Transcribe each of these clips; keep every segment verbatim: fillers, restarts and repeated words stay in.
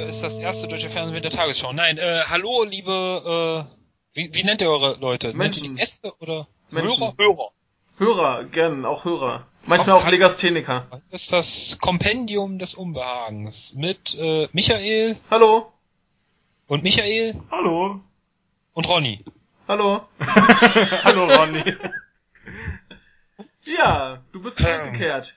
Hier ist das erste deutsche Fernsehen mit der Tagesschau. Nein, äh, hallo, liebe, äh, wie, wie nennt ihr eure Leute? Menschen. Nennt ihr die Gäste oder Menschen. Hörer? Hörer. Hörer, gern, auch Hörer. Manchmal auch, auch Legastheniker. Das ist das Kompendium des Unbehagens mit äh, Michael. Hallo. Und Michael. Hallo. Und Ronny. Hallo. Hallo, Ronny. Ja, du bist zurückgekehrt.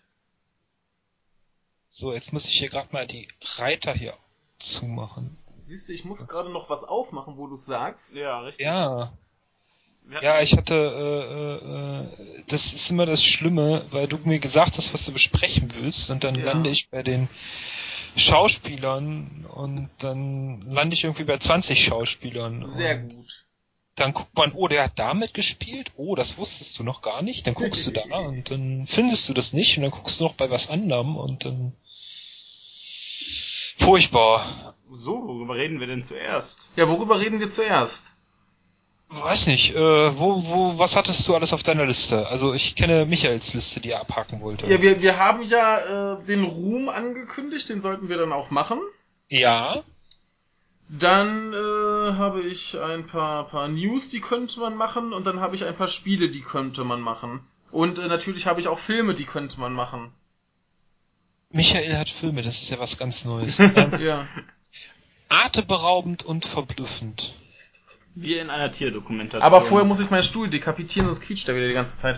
So, jetzt muss ich hier gerade mal die Reiter hier zumachen. Siehst du, ich muss gerade noch was aufmachen, wo du sagst. Ja, richtig. Ja. Ja, ich hatte, äh, äh, das ist immer das Schlimme, weil du mir gesagt hast, was du besprechen willst, und dann ja. lande ich bei den Schauspielern und dann lande ich irgendwie bei zwanzig Schauspielern. Sehr gut. Dann guckt man, oh, der hat da mitgespielt, oh, das wusstest du noch gar nicht, dann guckst du da und dann findest du das nicht und dann guckst du noch bei was anderem und dann furchtbar. So, worüber reden wir denn zuerst? Ja, worüber reden wir zuerst? Weiß nicht, äh, wo, wo, was hattest du alles auf deiner Liste? Also ich kenne Michaels Liste, die er abhaken wollte. Ja, wir, wir haben ja äh, den Ruhm angekündigt, den sollten wir dann auch machen. Ja. Dann äh, habe ich ein paar, paar News, die könnte man machen, und dann habe ich ein paar Spiele, die könnte man machen. Und äh, natürlich habe ich auch Filme, die könnte man machen. Michael hat Filme, das ist ja was ganz Neues. ähm, ja. Atemberaubend und verblüffend. Wie in einer Tierdokumentation. Aber vorher muss ich meinen Stuhl dekapitieren, sonst quietscht er wieder die ganze Zeit.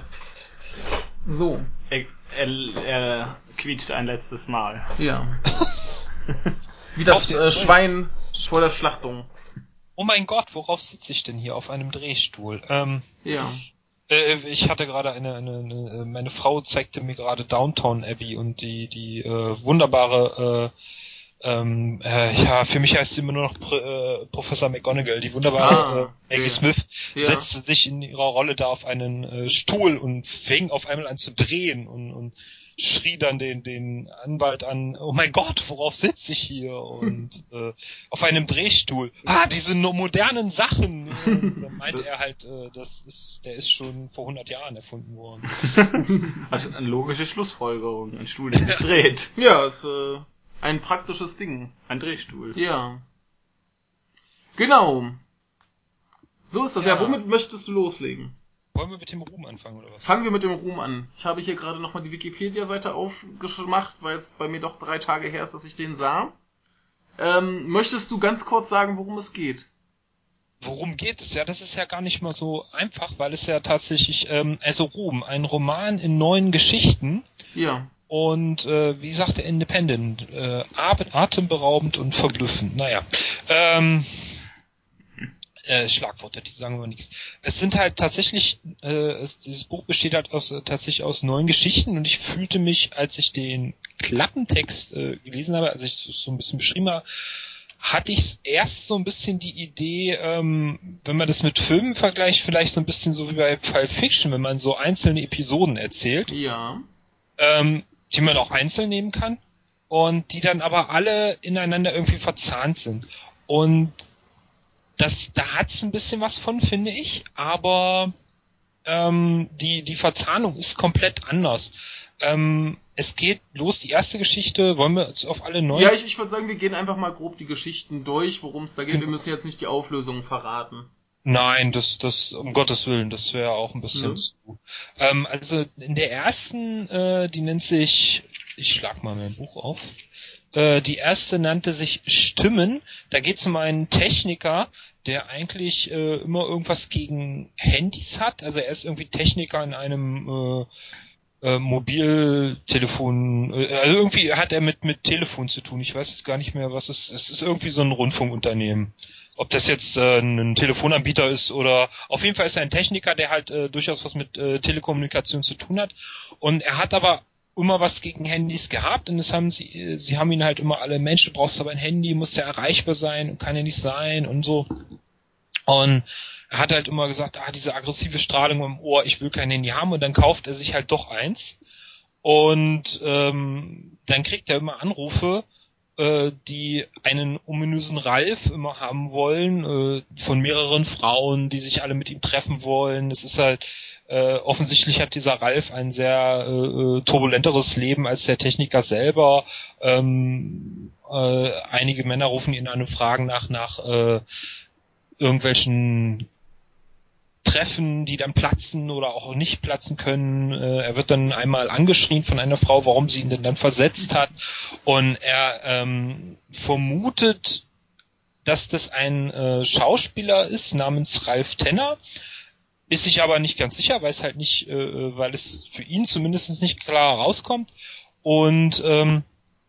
So. Er, er, er quietscht ein letztes Mal. Ja. Wie das äh, Schwein vor der Schlachtung. Oh mein Gott, worauf sitze ich denn hier? Auf einem Drehstuhl. Ähm, ja. Äh, ich hatte gerade eine, eine, eine, meine Frau zeigte mir gerade Downton Abbey und die, die äh, wunderbare, äh, ähm, äh, ja, für mich heißt sie immer nur noch Pr- äh, Professor McGonagall, die wunderbare ah, äh, Maggie ja. Smith, ja. setzte sich in ihrer Rolle da auf einen äh, Stuhl und fing auf einmal an zu drehen und, und schrie dann den, den Anwalt an, oh mein Gott, worauf sitze ich hier? Und äh, auf einem Drehstuhl. Ah, diese no- modernen Sachen. Und dann meinte er halt, äh, das ist, der ist schon vor hundert Jahren erfunden worden. Also eine logische Schlussfolgerung. Ein Stuhl, der sich dreht. Ja, ist äh, ein praktisches Ding. Ein Drehstuhl. Ja. Genau. So ist das. Ja, ja womit möchtest du loslegen? Wollen wir mit dem Ruhm anfangen, oder was? Fangen wir mit dem Ruhm an. Ich habe hier gerade nochmal die Wikipedia-Seite aufgemacht, weil es bei mir doch drei Tage her ist, dass ich den sah. Ähm, möchtest du ganz kurz sagen, worum es geht? Worum geht es? Ja, das ist ja gar nicht mal so einfach, weil es ja tatsächlich, ähm, also Ruhm, ein Roman in neun Geschichten. Ja. Und äh, wie sagt der Independent? Äh, atemberaubend und verblüffend. Naja. Ähm, äh, Schlagworte, die sagen wir nichts. Es sind halt tatsächlich, äh, es, dieses Buch besteht halt aus, äh, tatsächlich aus neun Geschichten und ich fühlte mich, als ich den Klappentext äh, gelesen habe, als ich es so ein bisschen beschrieben habe, hatte ich erst so ein bisschen die Idee, ähm, wenn man das mit Filmen vergleicht, vielleicht so ein bisschen so wie bei Pulp Fiction, wenn man so einzelne Episoden erzählt. Ja. Ähm, die man auch einzeln nehmen kann und die dann aber alle ineinander irgendwie verzahnt sind. Und das, da hat's ein bisschen was von, finde ich, aber ähm, die, die Verzahnung ist komplett anders. Ähm, es geht los, die erste Geschichte, wollen wir auf alle neun? Ja, ich, ich würde sagen, wir gehen einfach mal grob die Geschichten durch, worum es da geht. Wir müssen jetzt nicht die Auflösung verraten. Nein, das, das, um Gottes Willen, das wäre auch ein bisschen mhm. zu. Ähm, also in der ersten, äh, die nennt sich, ich schlag mal mein Buch auf, äh, die erste nannte sich Stimmen. Da geht es um einen Techniker, der eigentlich äh, immer irgendwas gegen Handys hat. Also er ist irgendwie Techniker in einem äh, äh, Mobiltelefon, äh, also irgendwie hat er mit, mit Telefon zu tun. Ich weiß jetzt gar nicht mehr, was es ist. Es ist irgendwie so ein Rundfunkunternehmen. Ob das jetzt äh, ein Telefonanbieter ist oder auf jeden Fall ist er ein Techniker, der halt äh, durchaus was mit äh, Telekommunikation zu tun hat. Und er hat aber immer was gegen Handys gehabt und das haben sie, sie haben ihn halt immer alle, Mensch, du brauchst aber ein Handy, muss ja erreichbar sein und kann ja nicht sein und so. Und er hat halt immer gesagt, ah, diese aggressive Strahlung im Ohr, ich will kein Handy haben, und dann kauft er sich halt doch eins. Und ähm, dann kriegt er immer Anrufe äh, die einen ominösen Ralf immer haben wollen, äh, von mehreren Frauen, die sich alle mit ihm treffen wollen. Es ist halt, äh, offensichtlich hat dieser Ralf ein sehr äh, turbulenteres Leben als der Techniker selber. Ähm, äh, einige Männer rufen ihn an und fragen nach, nach äh, irgendwelchen Treffen, die dann platzen oder auch nicht platzen können. Äh, er wird dann einmal angeschrien von einer Frau, warum sie ihn denn dann versetzt hat. Und er ähm, vermutet, dass das ein äh, Schauspieler ist namens Ralf Tenner. Ist sich aber nicht ganz sicher, weil es halt nicht, äh, weil es für ihn zumindest nicht klar rauskommt. Und ähm,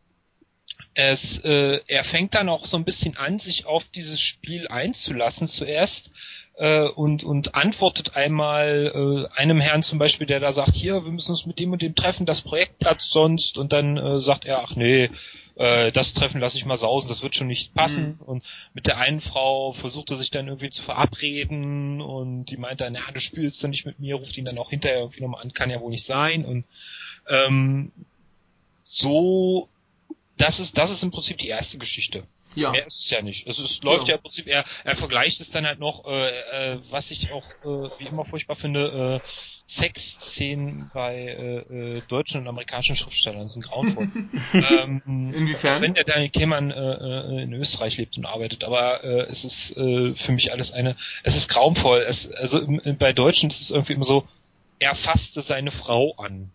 es, äh, er fängt dann auch so ein bisschen an, sich auf dieses Spiel einzulassen zuerst. Und, und antwortet einmal äh, einem Herrn zum Beispiel, der da sagt, hier, wir müssen uns mit dem und dem treffen, das Projekt platzt sonst, und dann äh, sagt er, ach nee, äh, das Treffen lasse ich mal sausen, das wird schon nicht passen. Mhm. Und mit der einen Frau versucht er sich dann irgendwie zu verabreden und die meint dann, ja, du spielst dann nicht mit mir, ruft ihn dann auch hinterher irgendwie nochmal an, kann ja wohl nicht sein. Und ähm, so, das ist, das ist im Prinzip die erste Geschichte. Ja. Mehr ist es ja nicht. Es ist, läuft ja. ja im Prinzip, er, er vergleicht es dann halt noch, äh, äh, was ich auch äh, wie immer furchtbar finde, äh, Sexszenen bei äh, äh, deutschen und amerikanischen Schriftstellern. Das sind grauenvoll. ähm, Inwiefern? Wenn der Daniel Kehlmann äh, äh, in Österreich lebt und arbeitet, aber äh, es ist äh, für mich alles eine, es ist grauenvoll. Es, also im, bei Deutschen ist es irgendwie immer so, er fasste seine Frau an.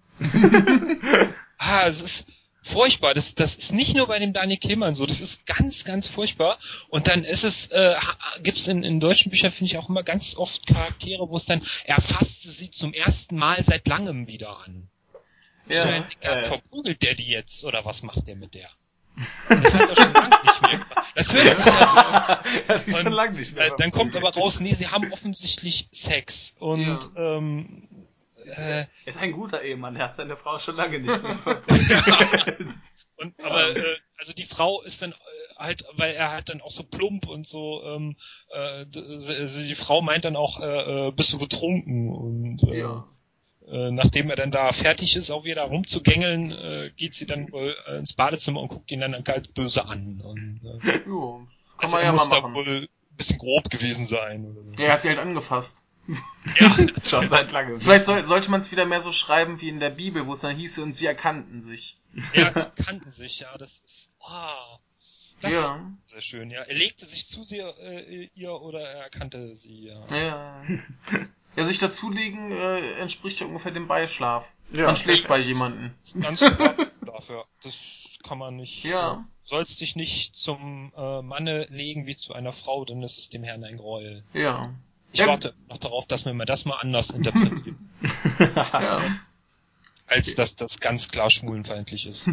ah, es ist furchtbar, das, das ist nicht nur bei dem Daniel Kehlmann so, das ist ganz, ganz furchtbar. Und dann ist es, äh, gibt's in, in deutschen Büchern, finde ich, auch immer ganz oft Charaktere, wo es dann, er fasste sie zum ersten Mal seit langem wieder an. Ja, so, äh, äh. Verprügelt der die jetzt, oder was macht der mit der? Das hat er schon lange nicht mehr gemacht. Das hört sich ja so. Ja, die schon lange nicht mehr. Äh, dann kommt aber raus, nee, sie haben offensichtlich Sex. Und, ja. ähm, Er ist ein guter Ehemann, er hat seine Frau schon lange nicht mehr verprügelt. Und aber äh, also die Frau ist dann äh, halt, weil er halt dann auch so plump und so, ähm, äh, die, die Frau meint dann auch, äh, bist du betrunken? Und äh, ja. äh, nachdem er dann da fertig ist, auch wieder rumzugängeln, äh, geht sie dann wohl äh, ins Badezimmer und guckt ihn dann ganz böse an. Und, äh, jo, kann also man er ja muss mal da machen. wohl ein bisschen grob gewesen sein. Oder so. Ja, er hat sie halt angefasst. Ja, schon seit langem. Vielleicht soll, sollte man es wieder mehr so schreiben wie in der Bibel, wo es dann hieße, und sie erkannten sich. Ja, sie kannten sich, ja, das ist, wow, das ja. ist sehr schön, ja. Er legte sich zu sie, äh, ihr oder er erkannte sie, ja. Ja, ja, sich dazulegen äh, entspricht ja ungefähr dem Beischlaf. Ja, man schläft bei jemandem. Ganz klar dafür, das kann man nicht. Ja. Äh, sollst dich nicht zum äh, Manne legen wie zu einer Frau, denn es ist dem Herrn ein Gräuel. Ja. Ich ja. warte noch darauf, dass wir mal das mal anders interpretieren. Ja. Als dass das ganz klar schwulenfeindlich ist.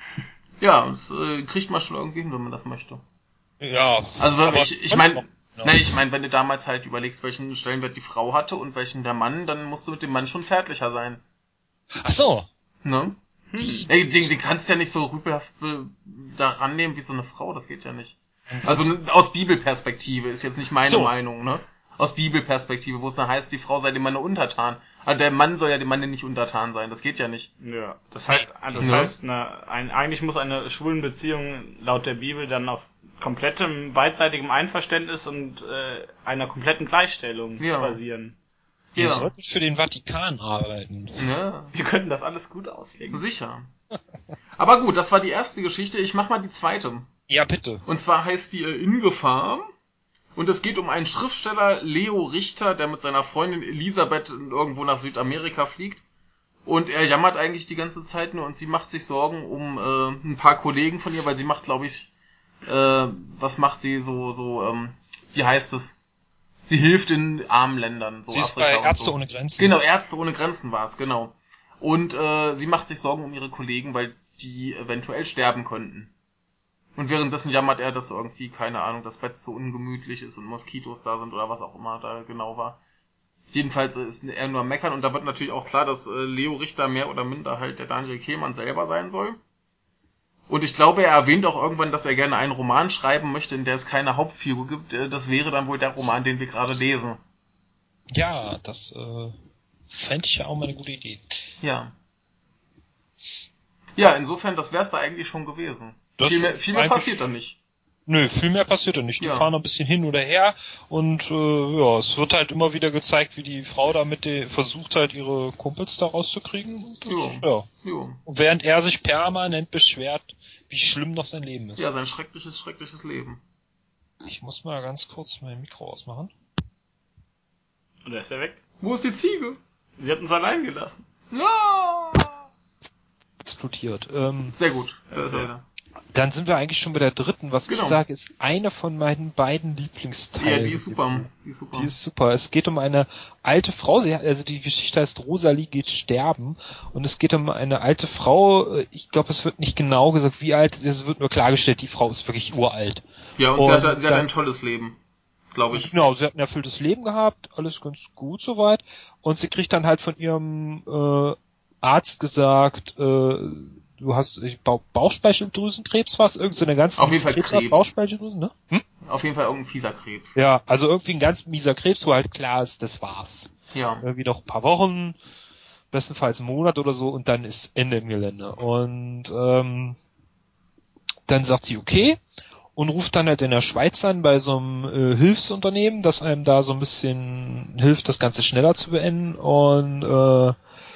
Ja, das äh, kriegt man schon irgendwie hin, wenn man das möchte. Ja. Also aber ich, ich meine, no. nein, ich meine, wenn du damals halt überlegst, welchen Stellenwert die Frau hatte und welchen der Mann, dann musst du mit dem Mann schon zärtlicher sein. Ach so. Ne? Hm. Ey, den, den kannst du ja nicht so rüpelhaft da rannehmen wie so eine Frau, das geht ja nicht. Also aus Bibelperspektive ist jetzt nicht meine so. Meinung, ne? Aus Bibelperspektive, wo es dann heißt, die Frau sei dem Mann untertan. Aber der Mann soll ja dem Mann nicht untertan sein, das geht ja nicht. Ja, das heißt, das ja. heißt, eine, ein, eigentlich muss eine schwulen Beziehung laut der Bibel dann auf komplettem beidseitigem Einverständnis und äh, einer kompletten Gleichstellung ja. basieren. Wir ja. sollten für den Vatikan arbeiten. Ja. Wir könnten das alles gut auslegen. Sicher. Aber gut, das war die erste Geschichte. Ich mach mal die zweite. Ja, bitte. Und zwar heißt die äh, In Gefahr. Und es geht um einen Schriftsteller, Leo Richter, der mit seiner Freundin Elisabeth irgendwo nach Südamerika fliegt. Und er jammert eigentlich die ganze Zeit nur und sie macht sich Sorgen um äh, ein paar Kollegen von ihr, weil sie macht, glaube ich, äh, was macht sie so, so, ähm, wie heißt es? Sie hilft in armen Ländern. So sie ist Afrika bei Ärzte so. ohne Grenzen. Genau, Ärzte ohne Grenzen war es, genau. Und äh, sie macht sich Sorgen um ihre Kollegen, weil die eventuell sterben könnten. Und währenddessen jammert er, dass irgendwie, keine Ahnung, das Bett so ungemütlich ist und Moskitos da sind oder was auch immer da genau war. Jedenfalls ist er nur am Meckern und da wird natürlich auch klar, dass äh, Leo Richter mehr oder minder halt der Daniel Kehlmann selber sein soll. Und ich glaube, er erwähnt auch irgendwann, dass er gerne einen Roman schreiben möchte, in der es keine Hauptfigur gibt. Äh, das wäre dann wohl der Roman, den wir gerade lesen. Ja, das äh, fände ich ja auch mal eine gute Idee. Ja. Ja, insofern, das wär's da eigentlich schon gewesen. Das viel mehr, viel mehr passiert da nicht. Nö, viel mehr passiert da nicht. Die Ja. fahren noch ein bisschen hin oder her und äh, ja, es wird halt immer wieder gezeigt, wie die Frau da mit der versucht halt ihre Kumpels da rauszukriegen. Und, Jo. ja. Jo. Und während er sich permanent beschwert, wie schlimm doch sein Leben ist. Ja, sein schreckliches, schreckliches Leben. Ich muss mal ganz kurz mein Mikro ausmachen. Und er ist ja weg. Wo ist die Ziege? Sie hat uns allein gelassen. Ja! Explodiert. Ähm, Sehr gut. Da ist Also. er wieder. Dann sind wir eigentlich schon bei der dritten. Was Genau. ich sage, ist eine von meinen beiden Lieblingsteilen. Ja, die ist super. Die ist super. Die ist super. Es geht um eine alte Frau. Sie hat, also die Geschichte heißt Rosalie geht sterben. Und es geht um eine alte Frau. Ich glaube, es wird nicht genau gesagt, wie alt. Es wird nur klargestellt, die Frau ist wirklich uralt. Ja, und, Und sie, hat, sie hat dann- ein tolles Leben. Glaube ich. Genau, sie hat ein erfülltes Leben gehabt. Alles ganz gut soweit. Und sie kriegt dann halt von ihrem äh, Arzt gesagt, äh, du hast ich, Bauch, Bauchspeicheldrüsenkrebs, was? Irgend so eine ganz Auf jeden miese Fall Krebsart, Krebs. Bauchspeicheldrüsen, ne? Hm? Auf jeden Fall irgendein fieser Krebs. Ja, also irgendwie ein ganz mieser Krebs, wo halt klar ist, das war's. Ja. Irgendwie noch ein paar Wochen, bestenfalls einen Monat oder so und dann ist Ende im Gelände. Und ähm, dann sagt sie okay und ruft dann halt in der Schweiz an bei so einem äh, Hilfsunternehmen, das einem da so ein bisschen hilft, das Ganze schneller zu beenden und äh,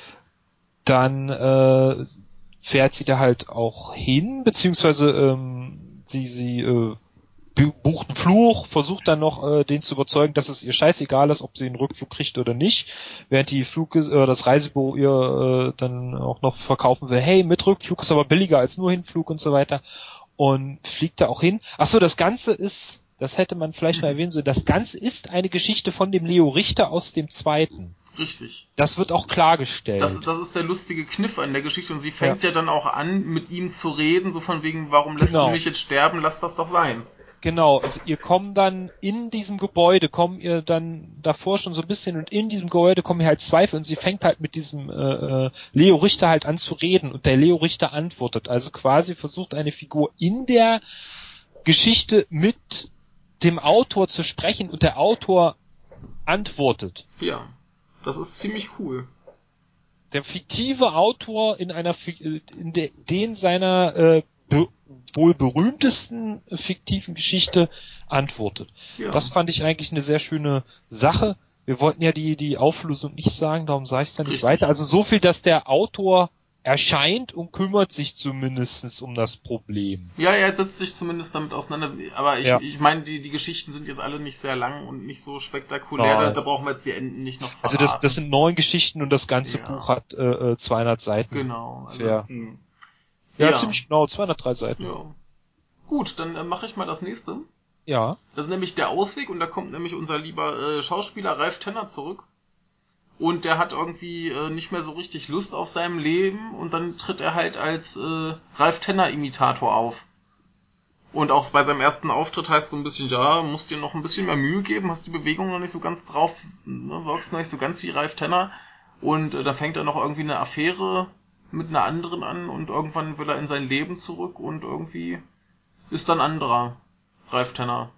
dann äh, fährt sie da halt auch hin, beziehungsweise ähm, sie sie äh, bu- bucht einen Flug, versucht dann noch äh, den zu überzeugen, dass es ihr scheißegal ist, ob sie einen Rückflug kriegt oder nicht, während die Flug äh, das Reisebüro ihr äh, dann auch noch verkaufen will, hey, mit Rückflug ist aber billiger als nur Hinflug und so weiter und fliegt da auch hin. Ach so, das Ganze ist, das hätte man vielleicht noch erwähnen sollen, das Ganze ist eine Geschichte von dem Leo Richter aus dem zweiten. Richtig. Das wird auch klargestellt. Das, das ist der lustige Kniff an der Geschichte und sie fängt ja, ja dann auch an, mit ihm zu reden, so von wegen, warum lässt Genau. du mich jetzt sterben, lass das doch sein. Genau, also ihr kommt dann in diesem Gebäude, kommen ihr dann davor schon so ein bisschen und in diesem Gebäude kommen ihr halt Zweifel und sie fängt halt mit diesem äh, äh, Leo Richter halt an zu reden und der Leo Richter antwortet. Also quasi versucht eine Figur in der Geschichte mit dem Autor zu sprechen und der Autor antwortet. Ja, das ist ziemlich cool. Der fiktive Autor in einer in der, den seiner äh, be, wohl berühmtesten fiktiven Geschichte antwortet. Ja. Das fand ich eigentlich eine sehr schöne Sache. Wir wollten ja die die Auflösung nicht sagen, darum sage ich es dann nicht Richtig. weiter. Also so viel, dass der Autor erscheint und kümmert sich zumindest um das Problem. Ja, er setzt sich zumindest damit auseinander. Aber ich, Ja. ich meine, die, die Geschichten sind jetzt alle nicht sehr lang und nicht so spektakulär. Nein. Da, da brauchen wir jetzt die Enden nicht noch verraten. Also das das sind neun Geschichten und das ganze Ja. Buch hat äh, zweihundert Seiten. Genau. Also Ja. das, Hm. Ja, Ja. ziemlich genau, zweihundertdrei Seiten. ja. Gut, dann äh, mache ich mal das nächste. Ja. Das ist nämlich der Ausweg und da kommt nämlich unser lieber äh, Schauspieler Ralf Tenner zurück. Und der hat irgendwie äh, nicht mehr so richtig Lust auf seinem Leben und dann tritt er halt als äh, Ralf Tenner-Imitator auf. Und auch bei seinem ersten Auftritt heißt es so ein bisschen, ja, musst dir noch ein bisschen mehr Mühe geben, hast die Bewegung noch nicht so ganz drauf, ne, wirkst noch nicht so ganz wie Ralf Tenner. Und äh, da fängt er noch irgendwie eine Affäre mit einer anderen an und irgendwann will er in sein Leben zurück und irgendwie ist dann anderer Ralf Tenner.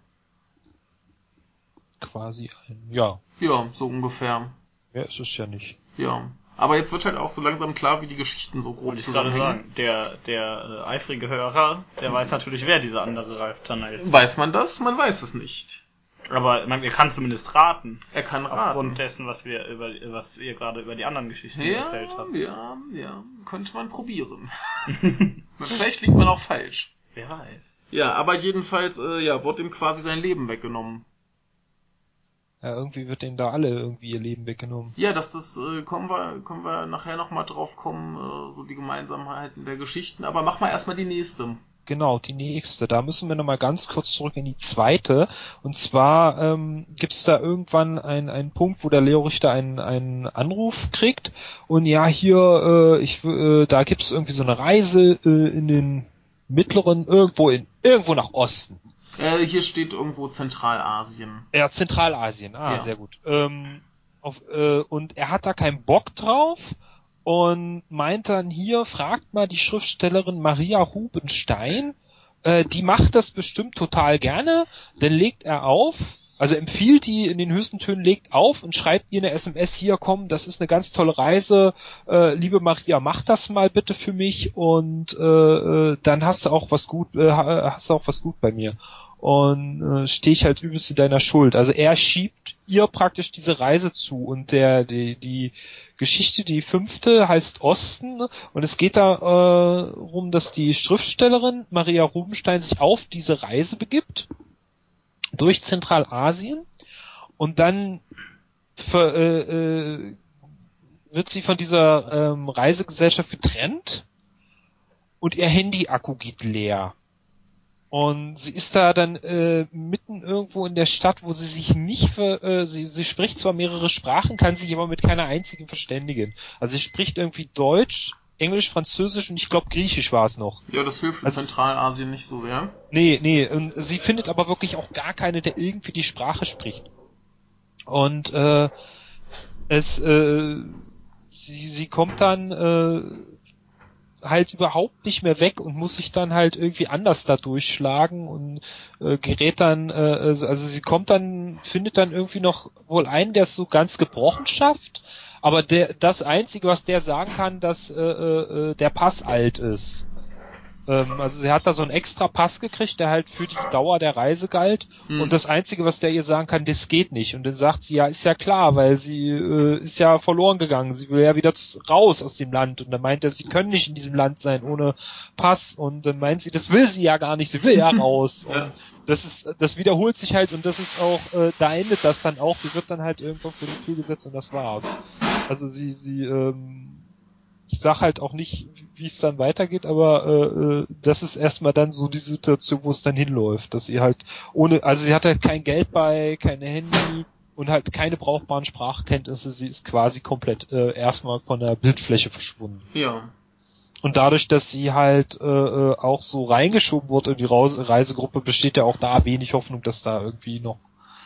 Quasi ein, ja, Ja, so ungefähr. mehr ist es ja nicht. Ja. Aber jetzt wird halt auch so langsam klar, wie die Geschichten so grob Wollte ich gerade zusammenhängen. sagen, der, der äh, eifrige Hörer, der weiß natürlich, wer dieser andere Ralf Tanner ist. Weiß man das? Man weiß es nicht. Aber man, er kann zumindest raten. Er kann Aufgrund raten. dessen, was wir über was wir gerade über die anderen Geschichten Ja, erzählt haben. ja, ja. Könnte man probieren. Vielleicht liegt man auch falsch. Wer weiß. Ja, aber jedenfalls, äh, ja, wurde ihm quasi sein Leben weggenommen. Ja, irgendwie wird denen da alle irgendwie ihr Leben weggenommen. Ja, dass das, äh, kommen wir, kommen wir nachher nochmal drauf kommen, äh, so die Gemeinsamkeiten der Geschichten. Aber mach mal erstmal die nächste. Genau, die nächste. Da müssen wir nochmal ganz kurz zurück in die zweite. Und zwar ähm, gibt es da irgendwann einen einen Punkt, wo der Leo Richter einen einen Anruf kriegt. Und ja, hier, äh, ich äh, da gibt es irgendwie so eine Reise äh, in den mittleren, irgendwo in irgendwo nach Osten. Äh, hier steht irgendwo Zentralasien. Ja, Zentralasien. Ah, Ja. sehr gut. Ähm, auf, äh, und er hat da keinen Bock drauf und meint dann hier, fragt mal die Schriftstellerin Maria Hubenstein, äh, die macht das bestimmt total gerne. Dann legt er auf Also empfiehlt die in den höchsten Tönen, legt auf und schreibt ihr eine S M S, hier, komm, das ist eine ganz tolle Reise, äh, liebe Maria, mach das mal bitte für mich und äh, dann hast du auch was gut, äh, hast du auch was gut bei mir. Und äh, stehe ich halt übelst in deiner Schuld. Also er schiebt ihr praktisch diese Reise zu und der die die Geschichte, die fünfte, heißt Osten und es geht darum, äh, dass die Schriftstellerin Maria Rubenstein sich auf diese Reise begibt durch Zentralasien und dann für, äh, äh, wird sie von dieser ähm, Reisegesellschaft getrennt und ihr Handy-Akku geht leer. Und sie ist da dann äh, mitten irgendwo in der Stadt, wo sie sich nicht für, äh, sie, sie spricht zwar mehrere Sprachen, kann sich aber mit keiner einzigen verständigen. Also sie spricht irgendwie Deutsch, Englisch, Französisch und ich glaube Griechisch war es noch. Ja, das hilft in also, Zentralasien nicht so sehr. Nee, nee, und sie findet aber wirklich auch gar keine, der irgendwie die Sprache spricht. Und äh, es äh, sie, sie kommt dann äh, halt überhaupt nicht mehr weg und muss sich dann halt irgendwie anders da durchschlagen und äh, gerät dann, äh, also sie kommt dann, findet dann irgendwie noch wohl einen, der es so ganz gebrochen schafft, aber der das Einzige, was der sagen kann, dass äh, äh, der Pass alt ist. Ähm, also sie hat da so einen extra Pass gekriegt, der halt für die Dauer der Reise galt hm. und das Einzige, was der ihr sagen kann, das geht nicht. Und dann sagt sie, ja, ist ja klar, weil sie äh, ist ja verloren gegangen, sie will ja wieder raus aus dem Land. Und dann meint er, sie können nicht in diesem Land sein ohne Pass. Und dann meint sie, das will sie ja gar nicht, sie will ja raus. Ja. Und das ist, das wiederholt sich halt und das ist auch, äh, da endet das dann auch, sie wird dann halt irgendwo vor die Tür gesetzt und das war's. Also sie, sie, ähm, ich sag halt auch nicht, wie es dann weitergeht, aber äh, das ist erstmal dann so die Situation, wo es dann hinläuft, dass sie halt ohne, also sie hat halt kein Geld bei, keine Handy und halt keine brauchbaren Sprachkenntnisse, sie ist quasi komplett äh, erstmal von der Bildfläche verschwunden. Ja. Und dadurch, dass sie halt äh, auch so reingeschoben wurde in die Reise- Reisegruppe, besteht ja auch da wenig Hoffnung, dass da irgendwie noch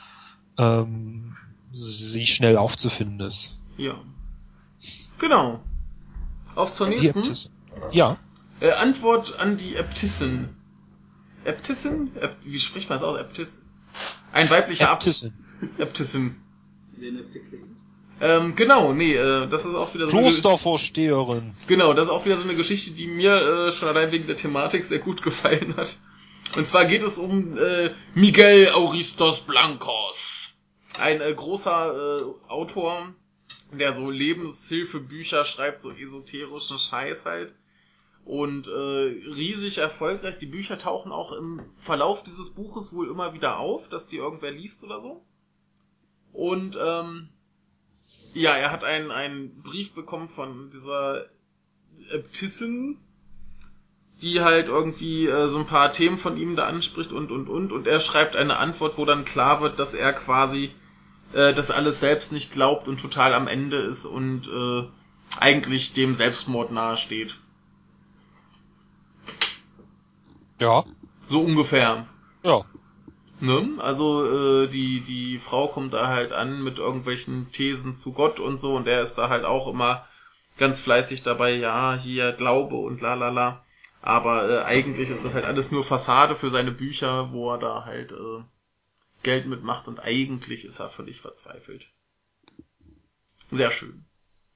ähm, sie schnell aufzufinden ist. Ja. Genau. Auf zur nächsten. Ja. Äh, Antwort an die Äbtissin. Äbtissin? Äb- wie spricht man das aus? Äbtissin? Ein weiblicher Abt. Äbtissin. Äbtissin. Ähm, genau, nee, äh, das ist auch wieder so Klostervorsteherin. eine... Genau, das ist auch wieder so eine Geschichte, die mir äh, schon allein wegen der Thematik sehr gut gefallen hat. Und zwar geht es um äh, Miguel Auristos Blancos. Ein äh, großer äh, Autor, der so Lebenshilfebücher schreibt, so esoterischen Scheiß halt. Und äh, riesig erfolgreich. Die Bücher tauchen auch im Verlauf dieses Buches wohl immer wieder auf, dass die irgendwer liest oder so. Und ähm, ja, er hat einen, einen Brief bekommen von dieser Äbtissin, die halt irgendwie äh, so ein paar Themen von ihm da anspricht und und und. Und er schreibt eine Antwort, wo dann klar wird, dass er quasi das alles selbst nicht glaubt und total am Ende ist und äh, eigentlich dem Selbstmord nahe steht. Ja. So ungefähr. Ja. Ne? Also äh, die die Frau kommt da halt an mit irgendwelchen Thesen zu Gott und so und er ist da halt auch immer ganz fleißig dabei, ja, hier Glaube und la la la. Aber äh, eigentlich ist das halt alles nur Fassade für seine Bücher, wo er da halt äh, Geld mitmacht und eigentlich ist er völlig verzweifelt. Sehr schön.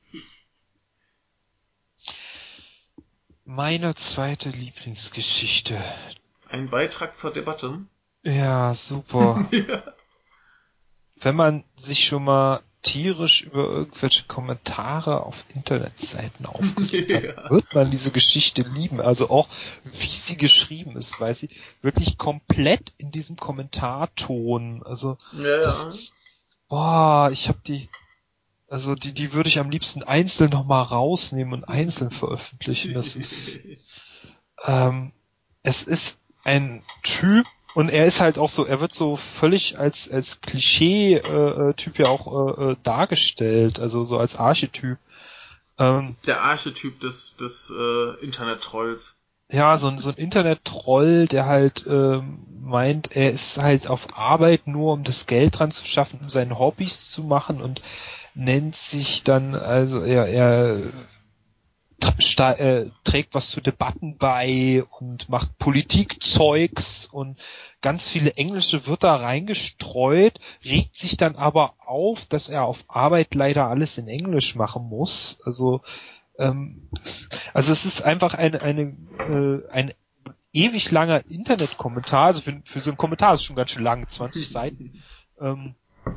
Meine zweite Lieblingsgeschichte. Ein Beitrag zur Debatte. Ja, super. Ja. Wenn man sich schon mal tierisch über irgendwelche Kommentare auf Internetseiten aufgeregt hat, Ja. wird man diese Geschichte lieben. Also auch, wie sie geschrieben ist, weil sie wirklich komplett in diesem Kommentarton, also Ja, das ja. ist, boah, ich hab die, also die, die würde ich am liebsten einzeln nochmal rausnehmen und einzeln veröffentlichen. Das ist, ähm, es ist ein Typ, und er ist halt auch so, er wird so völlig als als Klischee-Typ ja auch äh, dargestellt, also so als Archetyp. Ähm, Der Archetyp des des äh, Internet-Trolls. ja, so ein so ein Internet-Troll, der halt ähm, meint, er ist halt auf Arbeit nur, um das Geld dran zu schaffen, um seine Hobbys zu machen und nennt sich dann, also er er tra- sta- äh, trägt was zu Debatten bei und macht Politikzeugs und ganz viele englische Wörter reingestreut, regt sich dann aber auf, dass er auf Arbeit leider alles in Englisch machen muss. Also ähm, also es ist einfach eine eine äh, ein ewig langer Internetkommentar, also für, für so einen Kommentar ist es schon ganz schön lang, zwanzig Seiten. Ähm,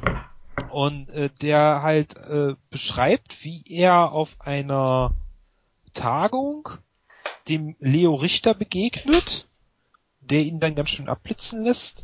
und äh, der halt äh, beschreibt, wie er auf einer Tagung dem Leo Richter begegnet, der ihn dann ganz schön abblitzen lässt,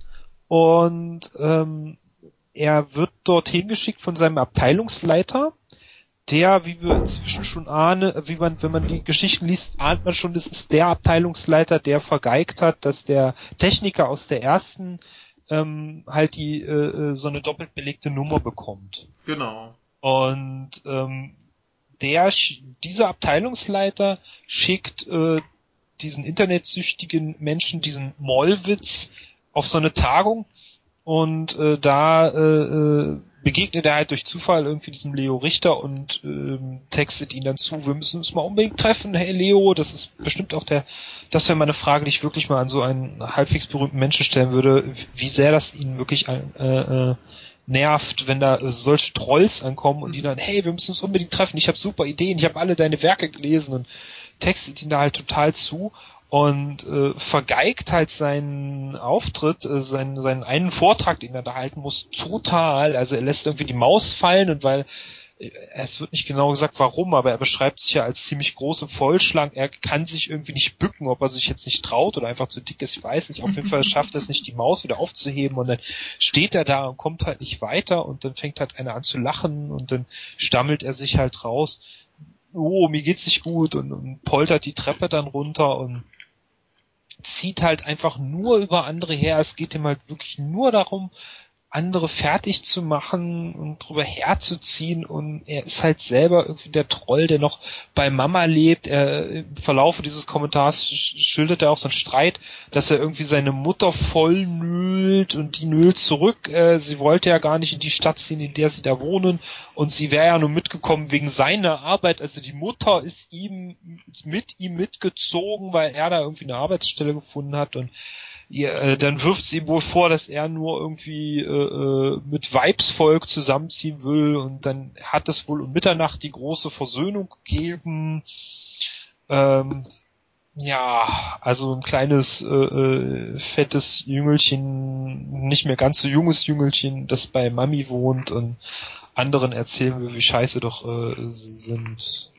und ähm, er wird dorthin geschickt von seinem Abteilungsleiter, der, wie wir inzwischen schon ahnen, wie man, wenn man die Geschichten liest, ahnt man schon, das ist der Abteilungsleiter, der vergeigt hat, dass der Techniker aus der ersten ähm, halt die äh, so eine doppelt belegte Nummer bekommt. Genau. Und ähm, der, dieser Abteilungsleiter schickt äh, diesen internetsüchtigen Menschen, diesen Mollwitz, auf so eine Tagung, und äh, da äh, begegnet er halt durch Zufall irgendwie diesem Leo Richter und ähm, textet ihn dann zu, wir müssen uns mal unbedingt treffen, hey Leo, das ist bestimmt auch der, das wäre mal eine Frage, die ich wirklich mal an so einen halbwegs berühmten Menschen stellen würde, wie sehr das ihn wirklich äh, äh, nervt, wenn da solche Trolls ankommen und die dann, hey, wir müssen uns unbedingt treffen, ich habe super Ideen, ich habe alle deine Werke gelesen, und textet ihn da halt total zu und äh, vergeigt halt seinen Auftritt, äh, seinen, seinen einen Vortrag, den er da halten muss, total. Also er lässt irgendwie die Maus fallen, und weil, äh, es wird nicht genau gesagt warum, aber er beschreibt sich ja als ziemlich groß und vollschlank, er kann sich irgendwie nicht bücken, ob er sich jetzt nicht traut oder einfach zu dick ist, ich weiß nicht. Auf jeden Fall schafft er es nicht, die Maus wieder aufzuheben, und dann steht er da und kommt halt nicht weiter, und dann fängt halt einer an zu lachen, und dann stammelt er sich halt raus, oh, mir geht's nicht gut, und, und poltert die Treppe dann runter und zieht halt einfach nur über andere her. Es geht ihm halt wirklich nur darum, andere fertig zu machen und drüber herzuziehen, und er ist halt selber irgendwie der Troll, der noch bei Mama lebt. Er, im Verlaufe dieses Kommentars sch- schildert er auch so einen Streit, dass er irgendwie seine Mutter voll nölt, und die nölt zurück. Äh, sie wollte ja gar nicht in die Stadt ziehen, in der sie da wohnen, und sie wäre ja nur mitgekommen wegen seiner Arbeit. Also die Mutter ist ihm mit ihm mitgezogen, weil er da irgendwie eine Arbeitsstelle gefunden hat, und ja, äh, dann wirft sie ihm wohl vor, dass er nur irgendwie äh, mit Weibsvolk zusammenziehen will, und dann hat es wohl um Mitternacht die große Versöhnung gegeben. Ähm, ja, also ein kleines, äh, äh, fettes Jüngelchen, nicht mehr ganz so junges Jüngelchen, das bei Mami wohnt, und anderen erzählen wir, wie scheiße doch äh, sie sind.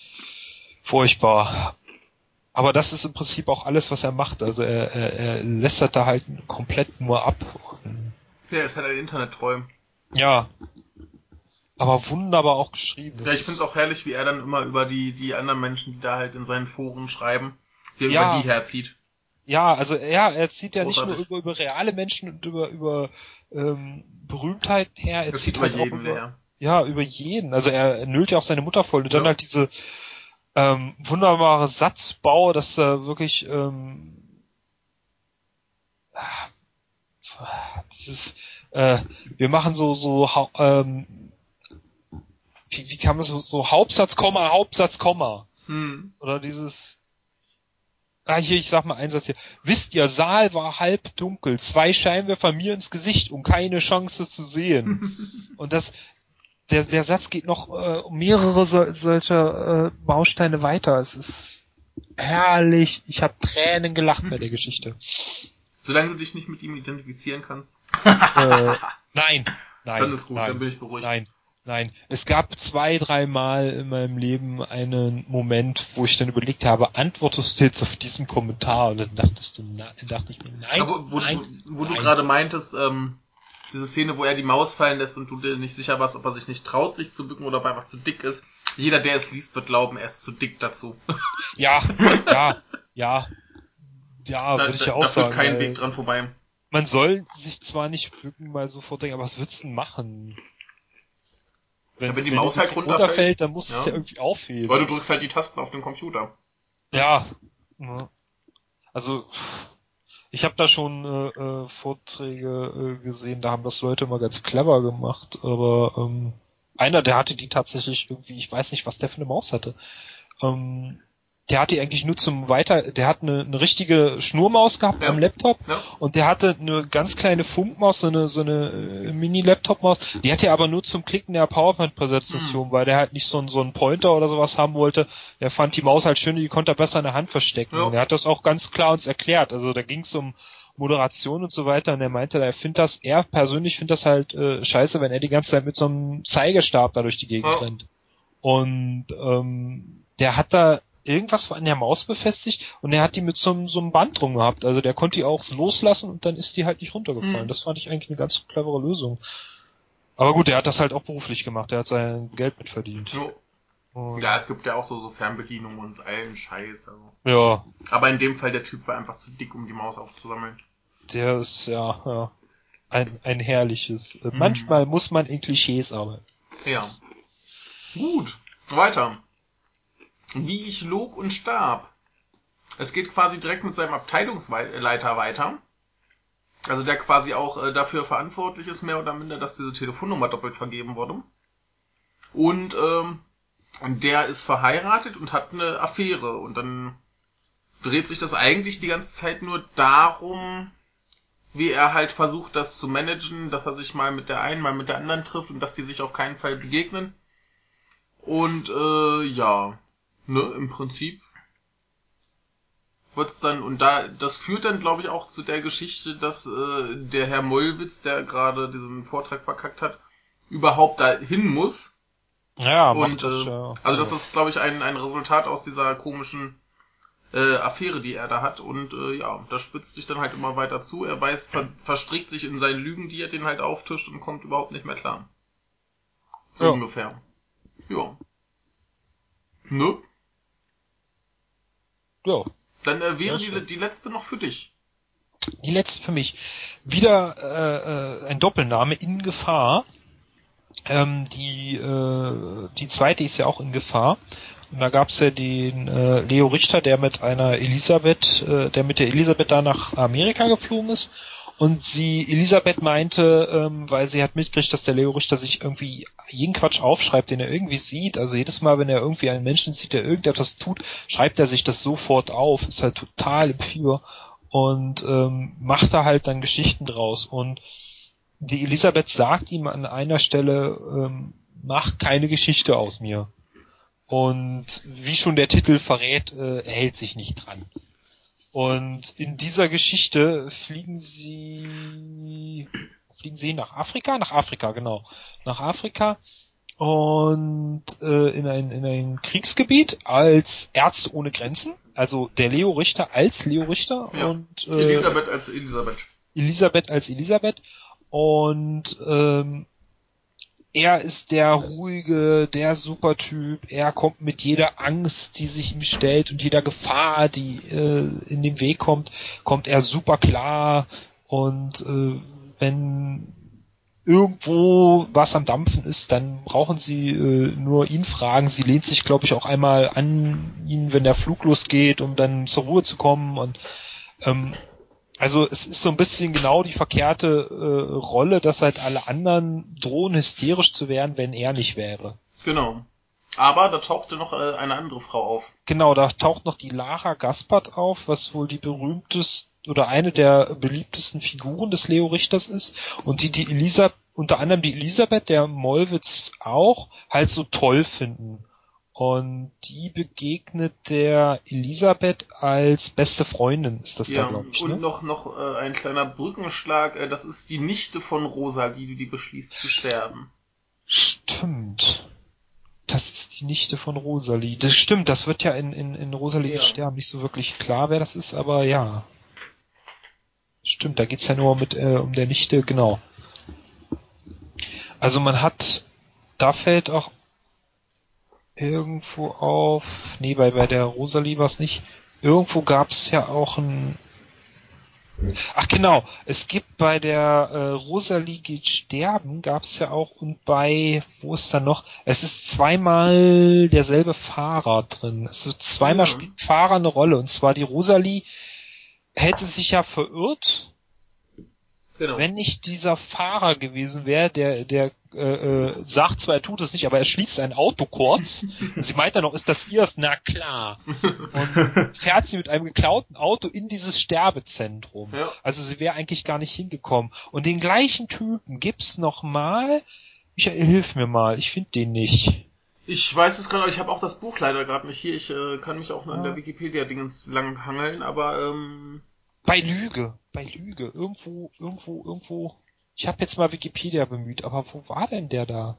Furchtbar. Aber das ist im Prinzip auch alles, was er macht. Also er, er, er lästert da halt komplett nur ab. Ja, er ist halt ein Internet-Troll. Ja. Aber wunderbar auch geschrieben. Ja, ich find's auch herrlich, wie er dann immer über die, die anderen Menschen, die da halt in seinen Foren schreiben, wie er ja. über die herzieht. Ja, also ja, er zieht ja Großartig. nicht nur über, über reale Menschen und über, über ähm, Berühmtheit her, er Das zieht über halt jeden auch über, her. ja, über jeden. Also er nölt ja auch seine Mutter voll. Und dann Ja. halt diese ähm, wunderbare Satzbau, dass er wirklich ähm, dieses äh, wir machen so so ähm, wie, wie kann man so so Hauptsatz, Komma, Hauptsatz, Komma. Hm. Oder dieses Ah, hier, ich sag mal einen Satz hier. Wisst ihr, Saal war halb dunkel, zwei Scheinwerfer mir ins Gesicht und keine Chance zu sehen. Und das, der, der Satz geht noch äh, um mehrere so, solcher äh, Bausteine weiter. Es ist herrlich. Ich habe Tränen gelacht bei der Geschichte. Solange du dich nicht mit ihm identifizieren kannst. äh, nein, nein. Dann ist gut, nein, dann bin ich beruhigt. Nein, nein. Es gab zwei, dreimal in meinem Leben einen Moment, wo ich dann überlegt habe, antwortest du jetzt auf diesen Kommentar? Und dann dachtest du, na, dachte ich mir, nein, Aber wo, nein, wo, wo nein. du gerade meintest, ähm, diese Szene, wo er die Maus fallen lässt und du dir nicht sicher warst, ob er sich nicht traut, sich zu bücken oder ob er einfach zu dick ist. Jeder, der es liest, wird glauben, er ist zu dick dazu. Ja, ja, ja. Ja, da, würde ich ja da, auch da führt sagen. kein weil Weg dran vorbei. Man soll sich zwar nicht bücken, mal sofort denken, aber was würdest du denn machen? Ja, wenn die Maus halt runterfällt, runterfällt, dann musst du ja. es ja irgendwie aufheben. Weil du drückst halt die Tasten auf dem Computer. Ja. Also, ich habe da schon äh, äh, Vorträge äh, gesehen, da haben das Leute immer ganz clever gemacht, aber ähm, einer, der hatte die tatsächlich irgendwie, ich weiß nicht, was der für eine Maus hatte, ähm, der hatte eigentlich nur zum Weiter, der hat eine, eine richtige Schnurmaus gehabt ja. am Laptop ja. und der hatte eine ganz kleine Funkmaus, so eine, so eine äh, Mini-Laptop-Maus, die hat er aber nur zum Klicken der PowerPoint-Präsentation, hm. weil der halt nicht so, ein, so einen Pointer oder sowas haben wollte. Der fand die Maus halt schön, die konnte er besser in der Hand verstecken. Ja. Und er hat das auch ganz klar uns erklärt. Also da ging es um Moderation und so weiter und er meinte, er findet das, er persönlich findet das halt äh, scheiße, wenn er die ganze Zeit mit so einem Zeigestab da durch die Gegend ja. rennt. Und ähm, der hat da irgendwas an der Maus befestigt und er hat die mit so einem, so einem Band drum gehabt. Also der konnte die auch loslassen und dann ist die halt nicht runtergefallen. Mhm. Das fand ich eigentlich eine ganz clevere Lösung. Aber gut, der hat das halt auch beruflich gemacht. Der hat sein Geld mit verdient. Jo. Ja, es gibt ja auch so, so Fernbedienungen und allen Scheiß. Also. Ja. Aber in dem Fall, der Typ war einfach zu dick, um die Maus aufzusammeln. Der ist, ja, ja. Ein, ein herrliches. Mhm. Manchmal muss man in Klischees arbeiten. Ja. Gut. Weiter. Wie ich log und starb. Es geht quasi direkt mit seinem Abteilungsleiter weiter. Also der quasi auch äh, dafür verantwortlich ist, mehr oder minder, dass diese Telefonnummer doppelt vergeben wurde. Und ähm, der ist verheiratet und hat eine Affäre. Und dann dreht sich das eigentlich die ganze Zeit nur darum, wie er halt versucht, das zu managen, dass er sich mal mit der einen, mal mit der anderen trifft und dass die sich auf keinen Fall begegnen. Und äh, ja... Ne, im Prinzip wird's dann, und da, das führt dann, glaube ich, auch zu der Geschichte, dass äh, der Herr Mollwitz, der gerade diesen Vortrag verkackt hat, überhaupt da hin muss. Ja, und macht das, äh, ja. Also das ist, glaube ich, ein, ein Resultat aus dieser komischen äh, Affäre, die er da hat. Und äh, ja, das spitzt sich dann halt immer weiter zu. Er weiß, ver- verstrickt sich in seinen Lügen, die er den halt auftischt und kommt überhaupt nicht mehr klar. So ja. ungefähr. Ja. Ne? Ja. Dann äh, wäre die, die letzte noch für dich. Die letzte für mich. Wieder äh, äh, ein Doppelname, In Gefahr. Ähm, die äh, die zweite ist ja auch in Gefahr. Und da gab's ja den äh, Leo Richter, der mit einer Elisabeth, äh, der mit der Elisabeth da nach Amerika geflogen ist. Und sie, Elisabeth meinte, ähm, weil sie hat mitgekriegt, dass der Leo Richter sich irgendwie jeden Quatsch aufschreibt, den er irgendwie sieht. Also jedes Mal, wenn er irgendwie einen Menschen sieht, der irgendetwas tut, schreibt er sich das sofort auf. Ist halt total im Fieber. Und ähm, macht da halt dann Geschichten draus. Und die Elisabeth sagt ihm an einer Stelle, ähm, mach keine Geschichte aus mir. Und wie schon der Titel verrät, äh, er hält sich nicht dran. Und in dieser Geschichte fliegen sie, fliegen sie nach Afrika? Nach Afrika, genau. Nach Afrika und äh, in ein, in ein Kriegsgebiet als Ärzte ohne Grenzen. Also der Leo Richter als Leo Richter ja. und äh, Elisabeth als Elisabeth. Elisabeth als Elisabeth. Und ähm, er ist der ruhige, der Supertyp. Er kommt mit jeder Angst, die sich ihm stellt und jeder Gefahr, die äh, in den Weg kommt, kommt er super klar. Und äh, wenn irgendwo was am Dampfen ist, dann brauchen sie äh, nur ihn fragen. Sie lehnt sich, glaube ich, auch einmal an ihn, wenn der Flug losgeht, um dann zur Ruhe zu kommen. Und ähm, also es ist so ein bisschen genau die verkehrte äh, Rolle, dass halt alle anderen drohen, hysterisch zu werden, wenn er nicht wäre. Genau. Aber da tauchte noch äh, eine andere Frau auf. Genau, da taucht noch die Lara Gaspard auf, was wohl die berühmteste oder eine der beliebtesten Figuren des Leo Richters ist. Und die die Elisa, unter anderem die Elisabeth, der Mollwitz auch, halt so toll finden. Und die begegnet der Elisabeth als beste Freundin, ist das ja, da, glaube ich. Und ne? noch noch äh, ein kleiner Brückenschlag, äh, das ist die Nichte von Rosalie, die beschließt zu sterben. Stimmt. Das ist die Nichte von Rosalie. Das stimmt, das wird ja in, in, in Rosalie ja. Sterben nicht so wirklich klar, wer das ist, aber ja. Stimmt, da geht's ja nur mit äh, um der Nichte, genau. Also man hat, da fällt auch irgendwo auf, nee, bei, bei der Rosalie war es nicht, irgendwo gab es ja auch ein, ach genau, es gibt bei der äh, Rosalie geht sterben, gab es ja auch, und bei, wo ist da noch, es ist zweimal derselbe Fahrer drin, also zweimal ja. spielt Fahrer eine Rolle, und zwar die Rosalie hätte sich ja verirrt, Genau. Wenn nicht dieser Fahrer gewesen wäre, der, der äh, äh, sagt zwar, er tut es nicht, aber er schließt sein Auto kurz. Und sie meint dann noch, ist das ihrs? Na klar. Und fährt sie mit einem geklauten Auto in dieses Sterbezentrum. Ja. Also sie wäre eigentlich gar nicht hingekommen. Und den gleichen Typen gibt's noch mal. Michael, hilf mir mal, ich finde den nicht. Ich weiß es gerade, ich habe auch das Buch leider gerade nicht hier. Ich äh, kann mich auch nur ja. in der Wikipedia-Dingens lang hangeln, aber ähm... Bei Lüge, bei Lüge, irgendwo, irgendwo, irgendwo. Ich habe jetzt mal Wikipedia bemüht, aber wo war denn der da?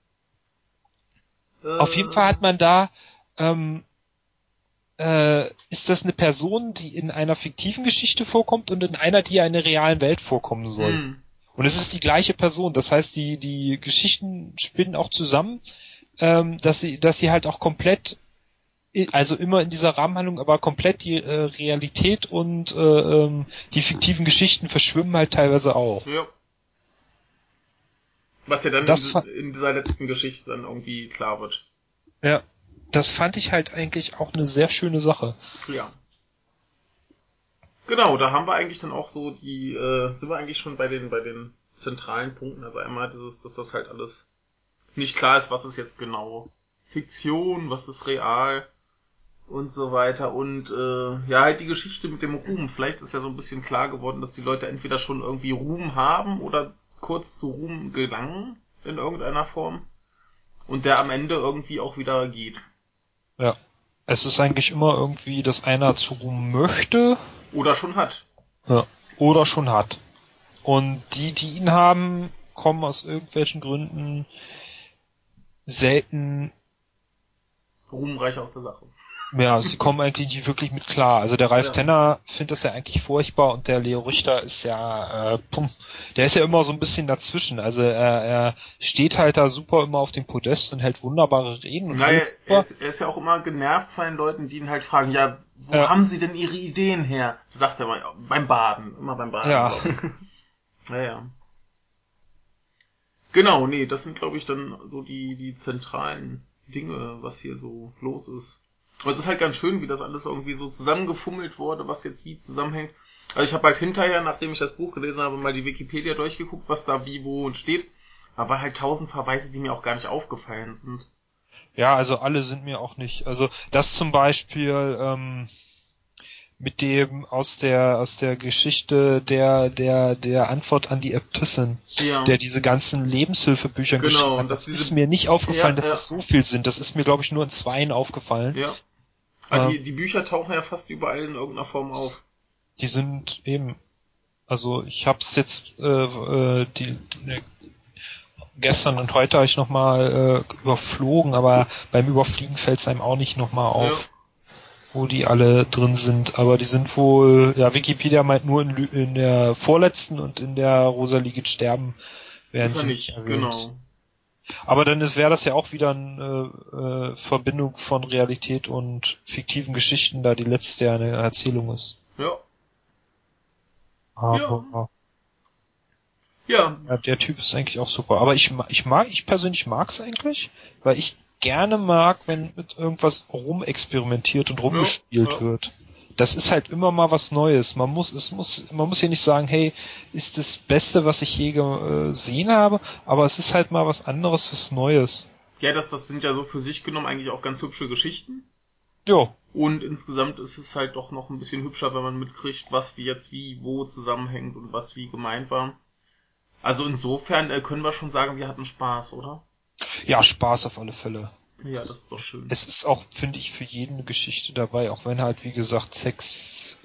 Äh, Auf jeden Fall hat man da, ähm, äh, ist das eine Person, die in einer fiktiven Geschichte vorkommt und in einer, die ja in der realen Welt vorkommen soll. Hm. Und es ist die gleiche Person. Das heißt, die die Geschichten spinnen auch zusammen, ähm, dass sie dass sie halt auch komplett, also immer in dieser Rahmenhandlung, aber komplett die äh, Realität und äh, ähm, die fiktiven Geschichten verschwimmen halt teilweise auch. Ja. Was ja dann in, in dieser letzten Geschichte dann irgendwie klar wird. Ja, das fand ich halt eigentlich auch eine sehr schöne Sache. Ja. Genau, da haben wir eigentlich dann auch so die, äh, sind wir eigentlich schon bei den bei den zentralen Punkten. Also einmal dieses, dass das halt alles nicht klar ist, was ist jetzt genau Fiktion, was ist real und so weiter. Und äh, ja, halt die Geschichte mit dem Ruhm. Vielleicht ist ja so ein bisschen klar geworden, dass die Leute entweder schon irgendwie Ruhm haben oder kurz zu Ruhm gelangen in irgendeiner Form. Und der am Ende irgendwie auch wieder geht. Ja. Es ist eigentlich immer irgendwie, dass einer zu Ruhm möchte. Oder schon hat. Ja. Oder schon hat. Und die, die ihn haben, kommen aus irgendwelchen Gründen selten ruhmreich aus der Sache. Ja, sie kommen eigentlich nicht wirklich mit klar. Also der Ralf ja. Tenner findet das ja eigentlich furchtbar und der Leo Richter ist ja, äh, pum, der ist ja immer so ein bisschen dazwischen. Also er, er steht halt da super immer auf dem Podest und hält wunderbare Reden. Und naja, er ist, er ist ja auch immer genervt von den Leuten, die ihn halt fragen, ja, wo ja. haben sie denn ihre Ideen her? Sagt er mal, beim Baden, immer beim Baden. Ja. Naja. Genau, nee, das sind glaube ich dann so die, die zentralen Dinge, was hier so los ist. Aber es ist halt ganz schön, wie das alles irgendwie so zusammengefummelt wurde, was jetzt wie zusammenhängt. Also ich habe halt hinterher, nachdem ich das Buch gelesen habe, mal die Wikipedia durchgeguckt, was da wie wo steht. Da war halt tausend Verweise, die mir auch gar nicht aufgefallen sind. Ja, also alle sind mir auch nicht. Also das zum Beispiel ähm, mit dem aus der aus der Geschichte der der der Antwort an die Äbtissin, ja. der diese ganzen Lebenshilfebücher genau, geschrieben hat. Das, das ist mir nicht aufgefallen, ja, dass ja. es so viel sind. Das ist mir, glaube ich, nur in zweien aufgefallen. Ja. Also die, die Bücher tauchen ja fast überall in irgendeiner Form auf. Die sind eben, also ich hab's jetzt äh, äh, die, die gestern und heute habe ich nochmal äh, überflogen, aber beim Überfliegen fällt's einem auch nicht nochmal auf, ja. wo die alle drin sind. Aber die sind wohl, ja, Wikipedia meint nur in, in der vorletzten und in der Rosalie geht sterben werden sie nicht erwähnt. Genau. Aber dann wäre das ja auch wieder eine äh, Verbindung von Realität und fiktiven Geschichten, da die letzte ja eine Erzählung ist. Ja. Aber ja. ja. ja. Der Typ ist eigentlich auch super. Aber ich, ich mag, ich persönlich mag's eigentlich, weil ich gerne mag, wenn mit irgendwas rumexperimentiert und rumgespielt ja, ja. wird. Das ist halt immer mal was Neues. Man muss, es muss, man muss hier nicht sagen, hey, ist das Beste, was ich je gesehen habe, aber es ist halt mal was anderes, was Neues. Ja, das, das sind ja so für sich genommen eigentlich auch ganz hübsche Geschichten. Ja. Und insgesamt ist es halt doch noch ein bisschen hübscher, wenn man mitkriegt, was wie jetzt wie wo zusammenhängt und was wie gemeint war. Also insofern äh, können wir schon sagen, wir hatten Spaß, oder? Ja, Spaß auf alle Fälle. Ja, das ist doch schön. Es ist auch, finde ich, für jeden eine Geschichte dabei, auch wenn halt, wie gesagt, Sex...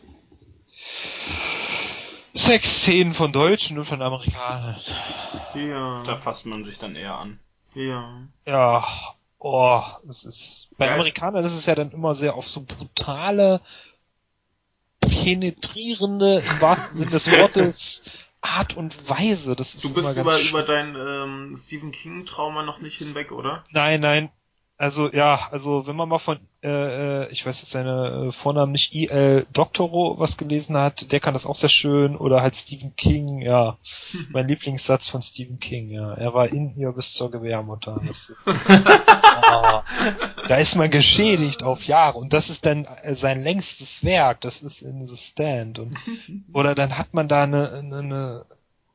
Sexszenen von Deutschen und von Amerikanern. Ja. Da fasst man sich dann eher an. Ja. Ja, oh, das ist... Bei ja. Amerikanern ist es ja dann immer sehr auf so brutale, penetrierende, im wahrsten Sinne des Wortes... Art und Weise, das ist Du bist immer über, über dein ähm, Stephen King-Trauma noch nicht hinweg, oder? Nein, nein. Also, ja, also, wenn man mal von, äh, ich weiß jetzt seine äh, Vornamen nicht, I L Doctorow was gelesen hat, der kann das auch sehr schön, oder halt Stephen King, ja. Mein Lieblingssatz von Stephen King, ja. Er war in ihr bis zur Gebärmutter. Das, oh, da ist man geschädigt auf Jahre, und das ist dann äh, sein längstes Werk, das ist in The Stand, und, oder dann hat man da eine, eine, eine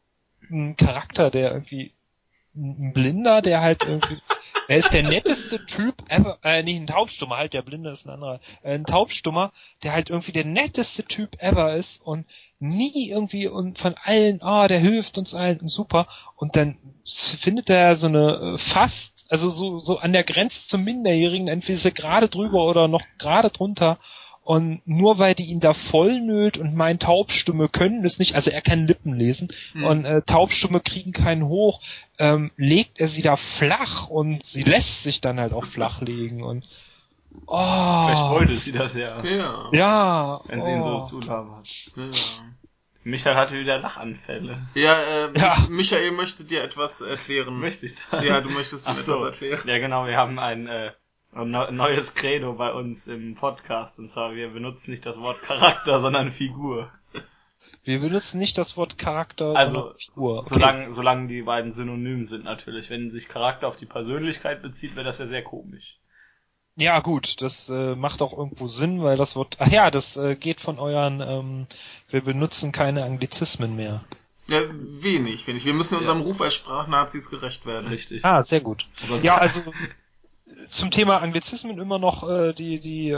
ein Charakter, der irgendwie ein Blinder, der halt irgendwie, er ist der netteste Typ ever, äh, nicht ein Taubstummer, halt, der Blinde ist ein anderer, äh, ein Taubstummer, der halt irgendwie der netteste Typ ever ist und nie irgendwie und von allen, ah, oh, der hilft uns allen und super, und dann findet er so eine äh, fast, also so, so an der Grenze zum Minderjährigen, entweder ist er gerade drüber oder noch gerade drunter. Und nur weil die ihn da vollnölt und meinen Taubstumme können es nicht, also er kann Lippen lesen, hm. und äh, Taubstumme kriegen keinen hoch, ähm, legt er sie da flach und sie lässt sich dann halt auch flach legen und oh. Vielleicht wollte sie das ja. Ja. Ja. Wenn sie ihn so zulabert. Ja. Michael hatte wieder Lachanfälle. Ja, äh, ja. Michael möchte dir etwas erklären. Möchte ich das? Ja, du möchtest ihm Ach etwas so. erklären. Ja, genau, wir haben ein äh, ein neues Credo bei uns im Podcast, und zwar, wir benutzen nicht das Wort Charakter, sondern Figur. Wir benutzen nicht das Wort Charakter, also, sondern Figur. Okay. Solange, solange die beiden synonym sind natürlich. Wenn sich Charakter auf die Persönlichkeit bezieht, wäre das ja sehr komisch. Ja gut, das äh, macht auch irgendwo Sinn, weil das Wort, ach ja, das äh, geht von euren, ähm, wir benutzen keine Anglizismen mehr. Ja, wenig, wenig. Wir müssen unserem ja. Ruf als Sprachnazis gerecht werden. Richtig. Ah, sehr gut. Sonst ja, also zum Thema Anglizismen immer noch äh, die die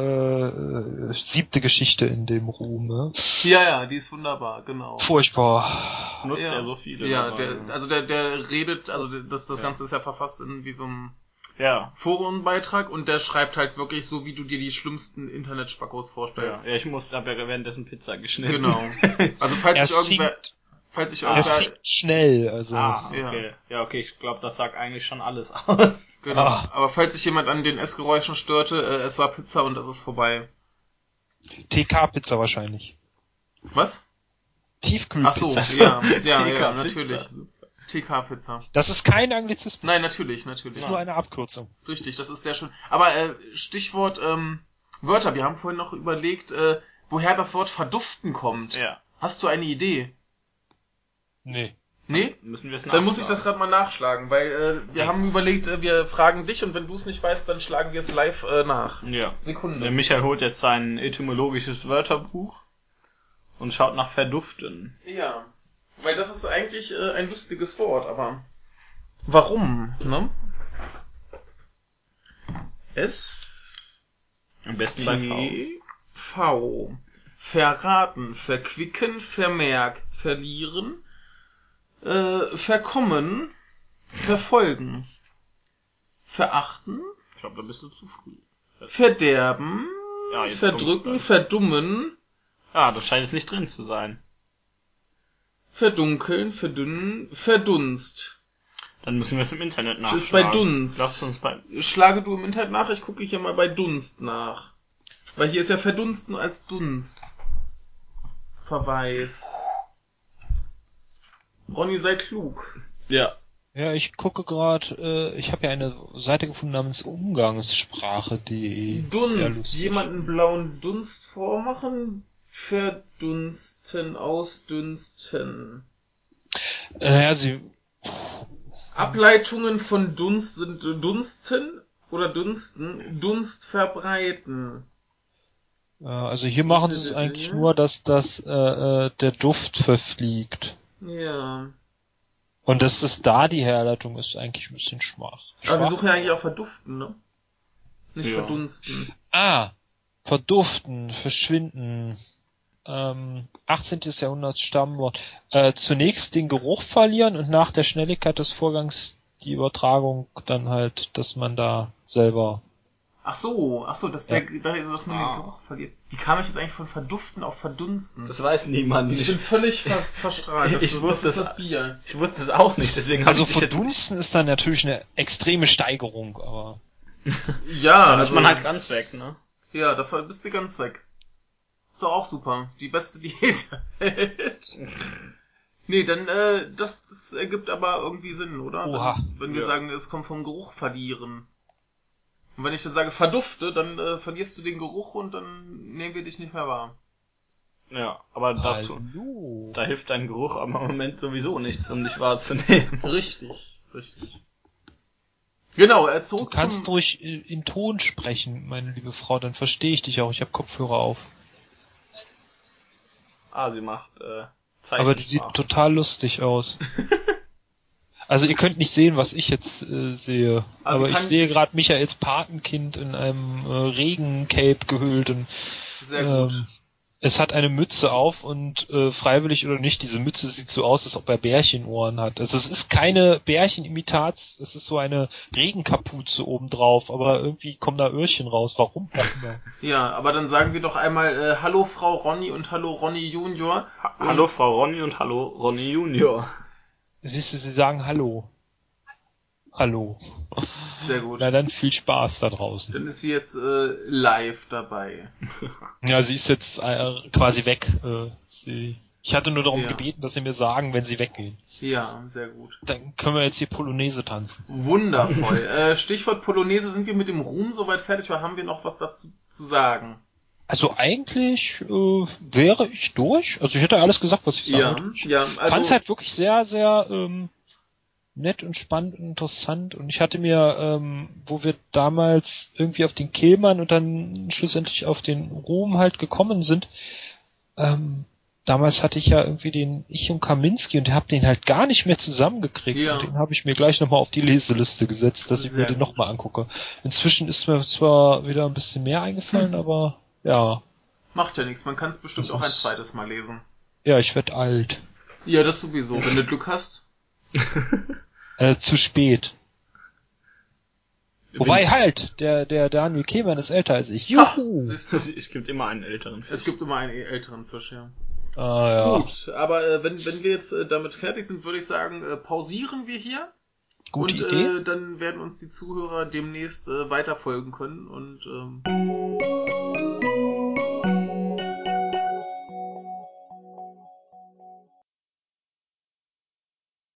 äh, siebte Geschichte in dem Ruhm. Ne? Ja, ja, die ist wunderbar, genau. Furchtbar. Nutzt ja er so viele. Ja, dabei, der, ne? also der der redet, also das das ja. Ganze ist ja verfasst in wie so einem ja. Forenbeitrag, und der schreibt halt wirklich so, wie du dir die schlimmsten Internetspackos vorstellst. Ja, ja, ich musste, hab ja währenddessen Pizza geschnitten. Genau. Also falls er sich irgendwer... singt, Falls sich er irgendwer... singt schnell, also. Ah, okay. Ja, ja okay, ich glaube, das sagt eigentlich schon alles aus. Genau. Ah. Aber falls sich jemand an den Essgeräuschen störte, äh, es war Pizza und es ist vorbei. T K-Pizza wahrscheinlich. Was? Tiefkühlpizza. Ach so, ja, ja, ja, T K-Pizza. natürlich. T K-Pizza. Das ist kein Anglizismus. Nein, natürlich, natürlich. Das ist nur eine Abkürzung. Richtig, das ist sehr schön. Aber äh, Stichwort ähm, Wörter. Wir haben vorhin noch überlegt, äh, woher das Wort verduften kommt. Ja. Hast du eine Idee? Nee. Nee? Müssen wir es Dann muss ich das gerade mal nachschlagen, weil äh, wir haben überlegt, äh, wir fragen dich, und wenn du es nicht weißt, dann schlagen wir es live äh, nach. Ja. Sekunde. Der Michael holt jetzt sein etymologisches Wörterbuch und schaut nach verduften. Ja. Weil das ist eigentlich äh, ein lustiges Wort, aber warum, ne? S Am besten bei V. T V. Verraten, verquicken, vermerk, verlieren, äh, verkommen, verfolgen, verachten, Ich glaube, da bist du zu früh. verderben, Ja, jetzt verdrücken, kommt's verdummen, Ah, das scheint es nicht drin zu sein. verdunkeln, verdünnen, verdunst. Dann müssen wir es im Internet nachschlagen. Das ist bei Dunst. Lass uns bei... Schlage du im Internet nach, ich gucke hier mal bei Dunst nach. Weil hier ist ja verdunsten als Dunst. Verweis. Ronny, sei klug. Ja. Ja, ich gucke gerade, äh, ich habe ja eine Seite gefunden namens umgangssprache punkt de. Dunst. Jemanden blauen Dunst vormachen. Verdunsten, ausdünsten. Naja, sie... Ableitungen von Dunst sind Dunsten oder Dunsten. Dunst verbreiten. Äh, also hier machen sie es eigentlich nur, dass das äh, äh, der Duft verfliegt. Ja. Und dass es da die Herleitung ist, eigentlich ein bisschen schwach. Aber wir schwach. suchen ja eigentlich auch verduften, ne? Nicht Ja. verdunsten. Ah, verduften, verschwinden. Ähm, achtzehnten. Jahrhunderts Stammwort. Äh, zunächst den Geruch verlieren und nach der Schnelligkeit des Vorgangs die Übertragung dann halt, dass man da selber... Ach so, ach so, dass, Ja. der, dass man Ah. den Geruch verliert. Wie kam ich jetzt eigentlich von verduften auf verdunsten? Das weiß niemand. Ich bin völlig ver verstrahlt. Das, Ich wusste das ist es. das Bier. Ich wusste es auch nicht, deswegen Also habe ich dich jetzt- verdunsten ist dann natürlich eine extreme Steigerung, aber... Ja, Dann ist also, man halt ganz weg, ne? ja, da bist du ganz weg. Ist doch auch super. Die beste Diät der Welt. Nee, dann, äh, das, das ergibt aber irgendwie Sinn, oder? Oha. Wenn, wenn wir Ja. sagen, es kommt vom Geruch verlieren. Und wenn ich dann sage verdufte, dann äh, verlierst du den Geruch und dann nehmen wir dich nicht mehr wahr. Ja, aber das tu- Hallo. da hilft dein Geruch aber im Moment sowieso nichts, um dich wahrzunehmen. Richtig, richtig. Genau, er Du zog kannst zum... ruhig in in Ton sprechen, meine liebe Frau, dann verstehe ich dich auch. Ich habe Kopfhörer auf. Ah, sie macht, äh, Aber die sieht total lustig aus. Also ihr könnt nicht sehen, was ich jetzt äh, sehe. Also aber ich sehe gerade Michaels Patenkind in einem äh, Regencape gehüllt und sehr gut. Ähm, es hat eine Mütze auf und äh, freiwillig oder nicht, diese Mütze sieht so aus, als ob er Bärchenohren hat. Also es ist keine Bärchenimitat, es ist so eine Regenkapuze obendrauf, aber irgendwie kommen da Öhrchen raus. Warum? Ja, aber dann sagen wir doch einmal äh, Hallo Frau Ronny und Hallo Ronny Junior. Ha- hallo Frau Ronny und Hallo Ronny Junior. Siehst du, sie sagen Hallo. Hallo. Sehr gut. Na dann viel Spaß da draußen. Dann ist sie jetzt äh, live dabei. Ja, sie ist jetzt äh, quasi weg. Äh, sie, ich hatte nur darum ja. gebeten, dass sie mir sagen, wenn sie weggehen. Ja, sehr gut. Dann können wir jetzt hier Polonaise tanzen. Wundervoll. äh, Stichwort Polonaise, sind wir mit dem Ruhm soweit fertig oder haben wir noch was dazu zu sagen? Also eigentlich äh, wäre ich durch. Also ich hätte alles gesagt, was ich sagen ja, wollte. Ich ja, also fand es halt wirklich sehr, sehr ähm, nett und spannend und interessant. Und ich hatte mir, ähm, wo wir damals irgendwie auf den Kehlmann und dann schlussendlich auf den Ruhm halt gekommen sind, ähm, damals hatte ich ja irgendwie den Ich und Kaminski und hab den halt gar nicht mehr zusammengekriegt. Ja. Und den habe ich mir gleich nochmal auf die Leseliste gesetzt, dass ich Sehr mir den gut. nochmal angucke. Inzwischen ist mir zwar wieder ein bisschen mehr eingefallen, hm. aber ja. Macht ja nichts, man kann es bestimmt Das auch ein ist- zweites Mal lesen. Ja, ich werd alt. Ja, das sowieso, wenn du Glück hast. Äh, zu spät. Wobei halt, der, der Daniel Kehlmann ist älter als ich. Juhu! Ha, siehst du? Es, es gibt immer einen älteren Fisch. Es gibt immer einen älteren Fisch, ja. Ah, ja. Gut, aber äh, wenn, wenn wir jetzt äh, damit fertig sind, würde ich sagen, äh, pausieren wir hier. Gute und Idee. Äh, dann werden uns die Zuhörer demnächst äh, weiterfolgen können. Und ähm,